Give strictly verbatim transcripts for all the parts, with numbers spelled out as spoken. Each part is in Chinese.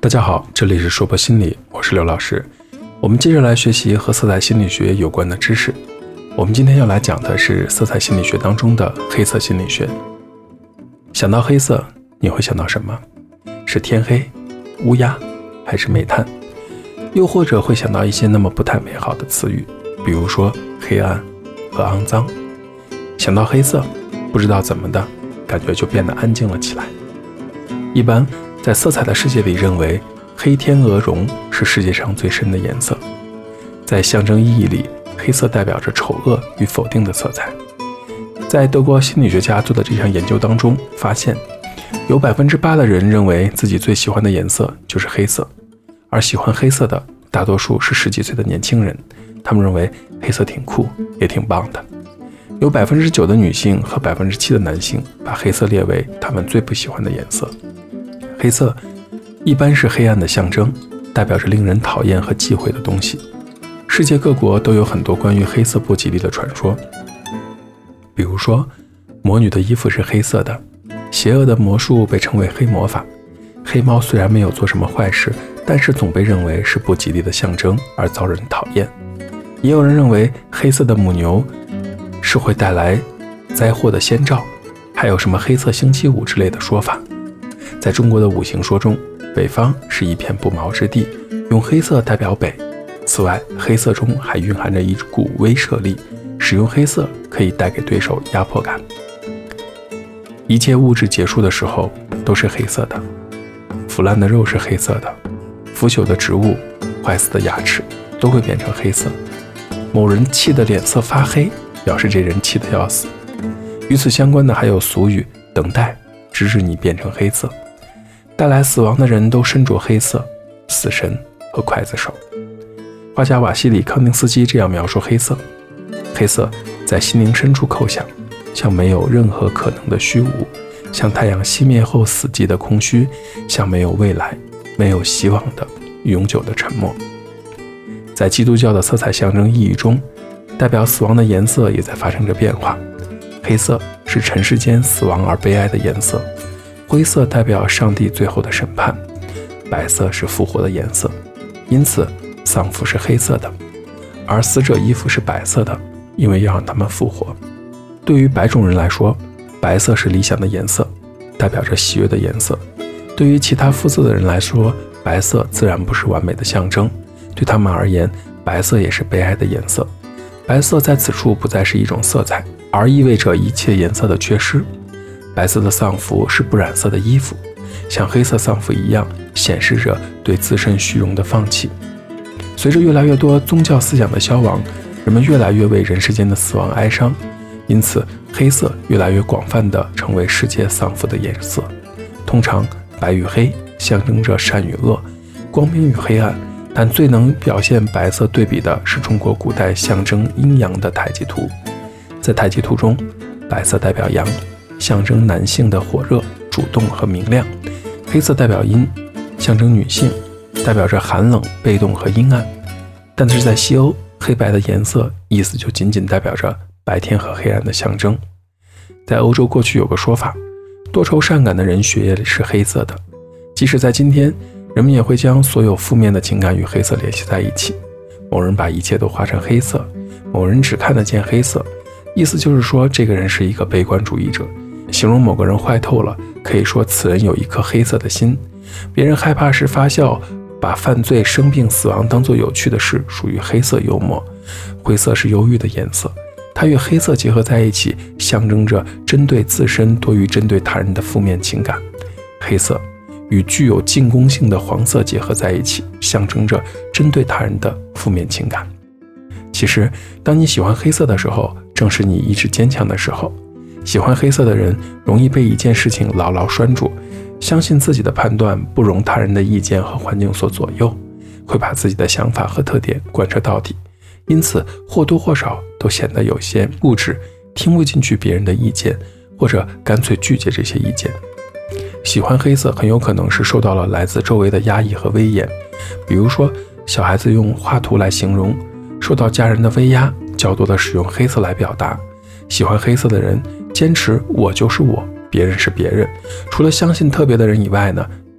大家好，这里是说博心理，我是刘老师。我们接着来学习和色彩心理学有关的知识。我们今天要来讲的是色彩心理学当中的黑色心理学。想到黑色，你会想到什么？是天黑、乌鸦，还是煤炭？又或者会想到一些那么不太美好的词语，比如说黑暗和肮脏。想到黑色，不知道怎么的，感觉就变得安静了起来。一般在色彩的世界里认为，黑天鹅绒是世界上最深的颜色。在象征意义里，黑色代表着丑恶与否定的色彩。在德国心理学家做的这项研究当中发现，有 百分之八 的人认为自己最喜欢的颜色就是黑色，而喜欢黑色的大多数是十几岁的年轻人，他们认为黑色挺酷也挺棒的。有 百分之九 的女性和 百分之七 的男性把黑色列为他们最不喜欢的颜色。黑色一般是黑暗的象征，代表着令人讨厌和忌讳的东西。世界各国都有很多关于黑色不吉利的传说，比如说魔女的衣服是黑色的，邪恶的魔术被称为黑魔法，黑猫虽然没有做什么坏事，但是总被认为是不吉利的象征而遭人讨厌。也有人认为黑色的母牛是会带来灾祸的先兆，还有什么黑色星期五之类的说法。在中国的五行说中，北方是一片不毛之地，用黑色代表北。此外，黑色中还蕴含着一股威慑力，使用黑色可以带给对手压迫感。一切物质结束的时候都是黑色的，腐烂的肉是黑色的，腐朽的植物、坏死的牙齿都会变成黑色。某人气得脸色发黑，表示这人气得要死。与此相关的还有俗语等待，直至你变成黑色。带来死亡的人都身着黑色，死神和刽子手。画家瓦西里康定斯基这样描述黑色：黑色在心灵深处叩响，像没有任何可能的虚无，像太阳熄灭后死寂的空虚，像没有未来、没有希望的永久的沉默。在基督教的色彩象征意义中，代表死亡的颜色也在发生着变化。黑色是尘世间死亡而悲哀的颜色，灰色代表上帝最后的审判，白色是复活的颜色。因此丧服是黑色的，而死者衣服是白色的，因为要让他们复活。对于白种人来说，白色是理想的颜色，代表着喜悦的颜色。对于其他肤色的人来说，白色自然不是完美的象征，对他们而言，白色也是悲哀的颜色。白色在此处不再是一种色彩，而意味着一切颜色的缺失。白色的丧服是不染色的衣服，像黑色丧服一样，显示着对自身虚荣的放弃。随着越来越多宗教思想的消亡，人们越来越为人世间的死亡哀伤，因此黑色越来越广泛地成为世界丧服的颜色。通常白与黑象征着善与恶，光明与黑暗，但最能表现白色对比的是中国古代象征阴阳的太极图。在太极图中，白色代表阳，象征男性的火热、主动和明亮；黑色代表阴，象征女性，代表着寒冷、被动和阴暗。但是在西欧，黑白的颜色意思就仅仅代表着白天和黑暗的象征。在欧洲过去有个说法，多愁善感的人血液里是黑色的。即使在今天，人们也会将所有负面的情感与黑色联系在一起。某人把一切都画成黑色，某人只看得见黑色，意思就是说这个人是一个悲观主义者。形容某个人坏透了，可以说此人有一颗黑色的心。别人害怕时发笑，把犯罪、生病、死亡当作有趣的事，属于黑色幽默。灰色是忧郁的颜色，它与黑色结合在一起，象征着针对自身多于针对他人的负面情感。黑色与具有进攻性的黄色结合在一起，象征着针对他人的负面情感。其实当你喜欢黑色的时候，正是你意志坚强的时候。喜欢黑色的人容易被一件事情牢牢拴住，相信自己的判断，不容他人的意见和环境所左右，会把自己的想法和特点贯彻到底，因此或多或少都显得有些固执，听不进去别人的意见，或者干脆拒绝这些意见。喜欢黑色很有可能是受到了来自周围的压抑和威严，比如说小孩子用画图来形容，受到家人的威压，较多的使用黑色来表达。喜欢黑色的人坚持我就是我，别人是别人。除了相信特别的人以外呢，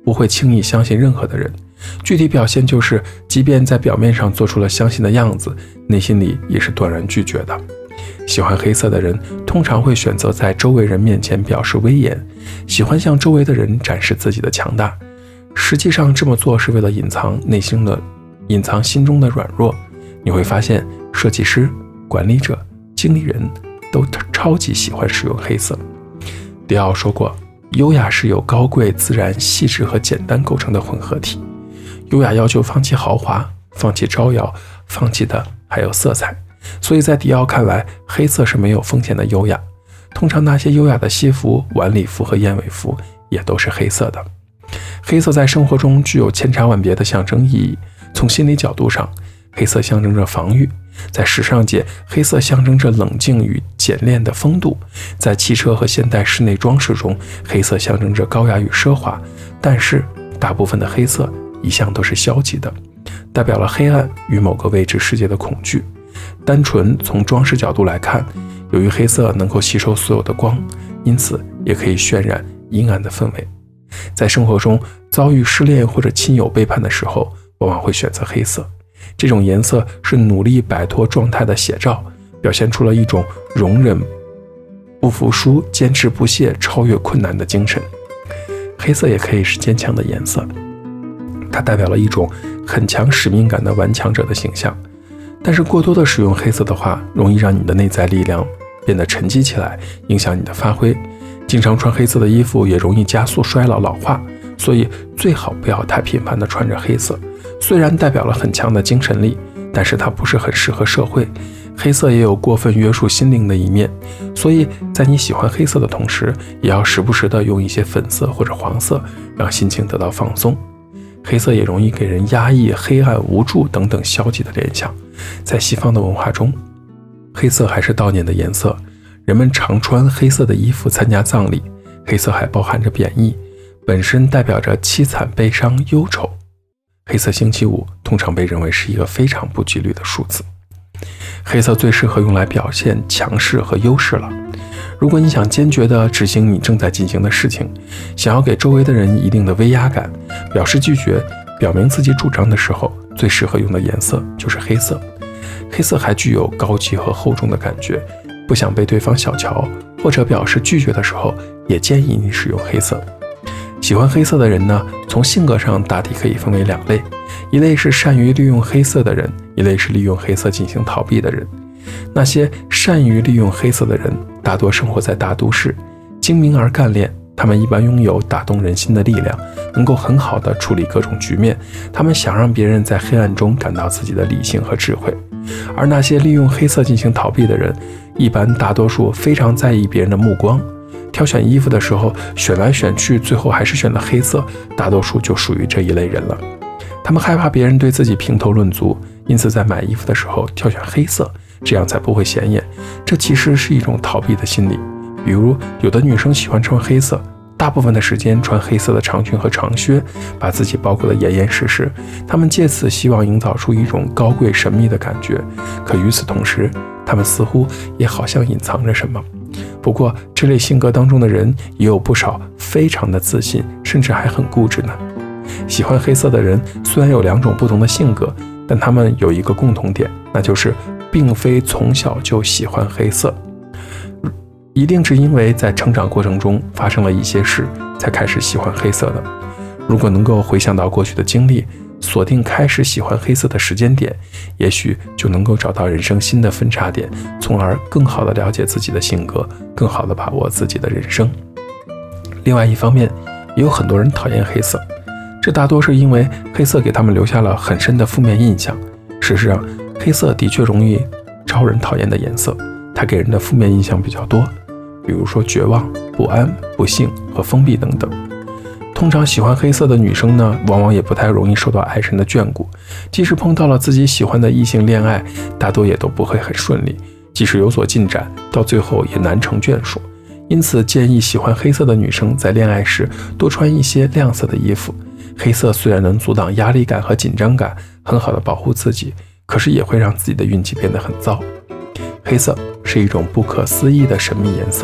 不会轻易相信任何的人。具体表现就是，即便在表面上做出了相信的样子，内心里也是断然拒绝的。喜欢黑色的人通常会选择在周围人面前表示威严，喜欢向周围的人展示自己的强大。实际上这么做是为了隐藏内心的隐藏心中的软弱。你会发现，设计师、管理者、经理人都超级喜欢使用黑色。迪奥说过，优雅是由高贵、自然、细致和简单构成的混合体。优雅要求放弃豪华，放弃招摇，放弃的还有色彩。所以在迪奥看来，黑色是没有风险的优雅。通常那些优雅的西服、晚礼服和燕尾服也都是黑色的。黑色在生活中具有千差万别的象征意义。从心理角度上，黑色象征着防御；在时尚界，黑色象征着冷静与简练的风度；在汽车和现代室内装饰中，黑色象征着高雅与奢华。但是大部分的黑色一向都是消极的，代表了黑暗与某个未知世界的恐惧。单纯从装饰角度来看，由于黑色能够吸收所有的光，因此也可以渲染阴暗的氛围。在生活中遭遇失恋或者亲友背叛的时候，往往会选择黑色。这种颜色是努力摆脱状态的写照，表现出了一种容忍、不服输、坚持不懈、超越困难的精神。黑色也可以是坚强的颜色，它代表了一种很强使命感的顽强者的形象。但是过多的使用黑色的话，容易让你的内在力量变得沉积起来，影响你的发挥。经常穿黑色的衣服也容易加速衰老老化，所以最好不要太频繁地穿着黑色。虽然代表了很强的精神力，但是它不是很适合社会。黑色也有过分约束心灵的一面，所以在你喜欢黑色的同时，也要时不时地用一些粉色或者黄色，让心情得到放松。黑色也容易给人压抑、黑暗、无助等等消极的联想。在西方的文化中，黑色还是悼念的颜色，人们常穿黑色的衣服参加葬礼。黑色还包含着贬义，本身代表着凄惨、悲伤、忧愁。黑色星期五通常被认为是一个非常不吉利的数字。黑色最适合用来表现强势和优势了。如果你想坚决地执行你正在进行的事情，想要给周围的人一定的威压感，表示拒绝，表明自己主张的时候，最适合用的颜色就是黑色。黑色还具有高级和厚重的感觉，不想被对方小瞧，或者表示拒绝的时候，也建议你使用黑色。喜欢黑色的人呢，从性格上大体可以分为两类，一类是善于利用黑色的人，一类是利用黑色进行逃避的人。那些善于利用黑色的人，大多生活在大都市，精明而干练，他们一般拥有打动人心的力量，能够很好地处理各种局面，他们想让别人在黑暗中感到自己的理性和智慧。而那些利用黑色进行逃避的人，一般大多数非常在意别人的目光，挑选衣服的时候选来选去，最后还是选了黑色，大多数就属于这一类人了。他们害怕别人对自己评头论足，因此在买衣服的时候挑选黑色，这样才不会显眼。这其实是一种逃避的心理。比如有的女生喜欢穿黑色，大部分的时间穿黑色的长裙和长靴，把自己包裹得严严实实，她们借此希望营造出一种高贵神秘的感觉。可与此同时，她们似乎也好像隐藏着什么。不过这类性格当中的人也有不少非常的自信，甚至还很固执呢。喜欢黑色的人虽然有两种不同的性格，但他们有一个共同点，那就是并非从小就喜欢黑色，一定是因为在成长过程中发生了一些事，才开始喜欢黑色的。如果能够回想到过去的经历，锁定开始喜欢黑色的时间点，也许就能够找到人生新的分叉点，从而更好地了解自己的性格，更好地把握自己的人生。另外一方面，也有很多人讨厌黑色，这大多是因为黑色给他们留下了很深的负面印象。事实上，黑色的确容易招人讨厌的颜色，它给人的负面印象比较多，比如说绝望、不安、不幸和封闭等等。通常喜欢黑色的女生呢，往往也不太容易受到爱人的眷顾，即使碰到了自己喜欢的异性恋爱，大多也都不会很顺利，即使有所进展，到最后也难成眷属。因此建议喜欢黑色的女生在恋爱时多穿一些亮色的衣服。黑色虽然能阻挡压力感和紧张感，很好的保护自己，可是也会让自己的运气变得很糟。黑色是一种不可思议的神秘颜色，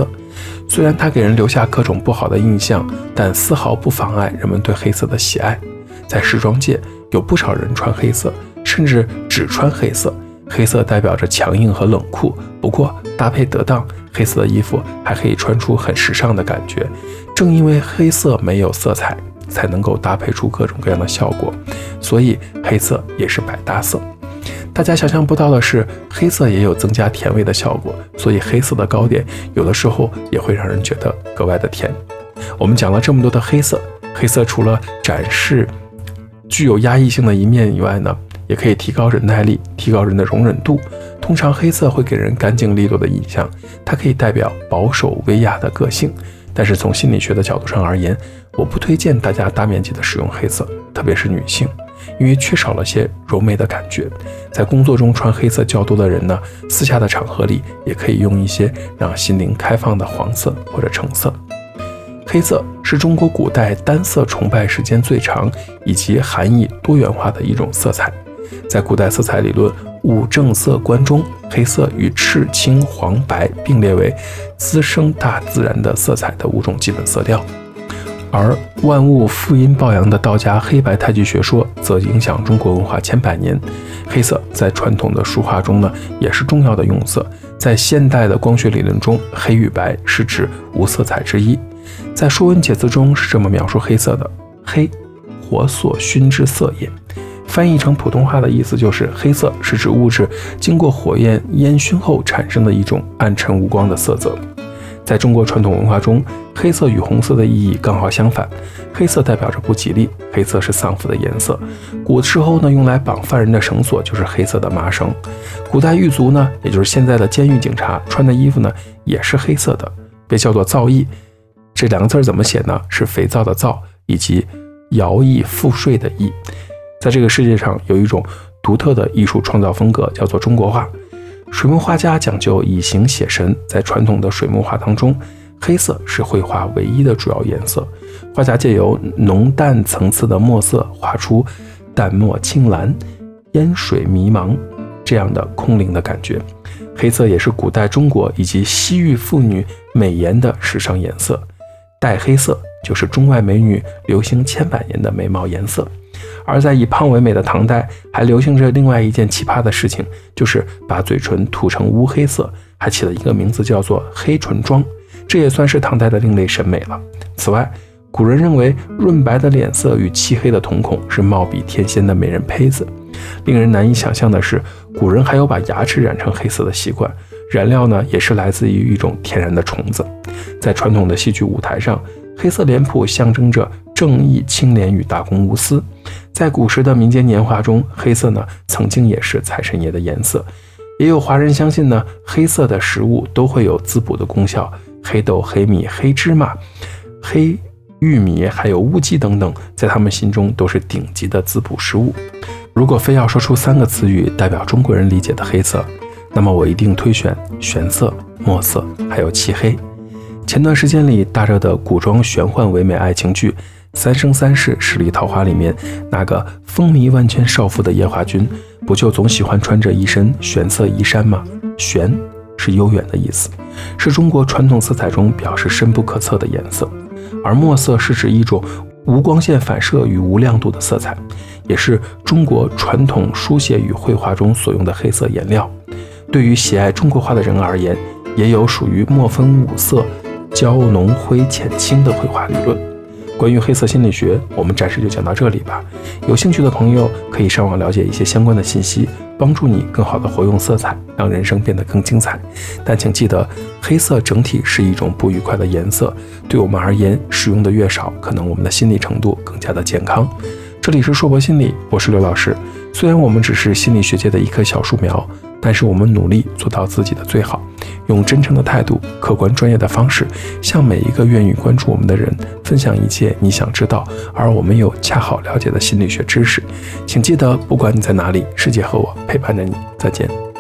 虽然它给人留下各种不好的印象，但丝毫不妨碍人们对黑色的喜爱。在时装界，有不少人穿黑色，甚至只穿黑色。黑色代表着强硬和冷酷，不过搭配得当，黑色的衣服还可以穿出很时尚的感觉。正因为黑色没有色彩，才能够搭配出各种各样的效果，所以黑色也是百搭色。大家想象不到的是，黑色也有增加甜味的效果，所以黑色的糕点有的时候也会让人觉得格外的甜。我们讲了这么多的黑色，黑色除了展示具有压抑性的一面以外呢，也可以提高忍耐力，提高人的容忍度。通常黑色会给人干净利落的印象，它可以代表保守威压的个性。但是从心理学的角度上而言，我不推荐大家大面积的使用黑色，特别是女性，因为缺少了些柔美的感觉。在工作中穿黑色较多的人呢，私下的场合里也可以用一些让心灵开放的黄色或者橙色。黑色是中国古代单色崇拜时间最长以及含义多元化的一种色彩。在古代色彩理论五正色观中，黑色与赤、青、黄、白并列为滋生大自然的色彩的五种基本色调。而万物负阴抱阳的道家黑白太极学说则影响中国文化千百年。黑色在传统的书画中呢，也是重要的用色。在现代的光学理论中，黑与白是指无色彩之一。在《说文解字》中是这么描述黑色的：黑，火所熏之色也。翻译成普通话的意思就是，黑色是指物质经过火焰烟熏后产生的一种暗沉无光的色泽。在中国传统文化中，黑色与红色的意义刚好相反。黑色代表着不吉利，黑色是丧服的颜色。古时候呢，用来绑犯人的绳索就是黑色的麻绳。古代狱卒呢，也就是现在的监狱警察穿的衣服呢，也是黑色的，被叫做皂衣。这两个字怎么写呢？是肥皂的皂以及徭役赋税的役。在这个世界上有一种独特的艺术创造风格，叫做中国画。水墨画家讲究以形写神，在传统的水墨画当中，黑色是绘画唯一的主要颜色。画家借由浓淡层次的墨色，画出淡墨青蓝、烟水迷茫这样的空灵的感觉。黑色也是古代中国以及西域妇女美颜的时尚颜色。黛黑色就是中外美女流行千百年的眉毛颜色。而在以胖为美的唐代，还流行着另外一件奇葩的事情，就是把嘴唇涂成乌黑色，还起了一个名字叫做黑唇妆，这也算是唐代的另类审美了。此外，古人认为润白的脸色与漆黑的瞳孔是貌比天仙的美人胚子。令人难以想象的是，古人还有把牙齿染成黑色的习惯，染料呢也是来自于一种天然的虫子。在传统的戏剧舞台上，黑色脸谱象征着正义、清廉与大公无私。在古时的民间年画中，黑色呢曾经也是财神爷的颜色。也有华人相信呢，黑色的食物都会有滋补的功效，黑豆、黑米、黑芝麻、黑玉米还有乌鸡等等，在他们心中都是顶级的滋补食物。如果非要说出三个词语代表中国人理解的黑色，那么我一定推选玄色、墨色还有漆黑。前段时间里大热的古装玄幻唯美爱情剧《三生三世十里桃花》里面，那个风靡万千少妇的夜华君，不就总喜欢穿着一身玄色衣衫吗？玄是悠远的意思，是中国传统色彩中表示深不可测的颜色。而墨色是指一种无光线反射与无亮度的色彩，也是中国传统书写与绘画中所用的黑色颜料。对于喜爱中国画的人而言，也有属于墨分五色、焦浓灰浅青的绘画理论。关于黑色心理学，我们暂时就讲到这里吧。有兴趣的朋友可以上网了解一些相关的信息，帮助你更好的活用色彩，让人生变得更精彩。但请记得，黑色整体是一种不愉快的颜色，对我们而言，使用的越少，可能我们的心理程度更加的健康。这里是硕博心理，我是刘老师。虽然我们只是心理学界的一棵小树苗，但是我们努力做到自己的最好，用真诚的态度、客观专业的方式，向每一个愿意关注我们的人分享一切你想知道而我们又恰好了解的心理学知识。请记得，不管你在哪里，世界和我陪伴着你。再见。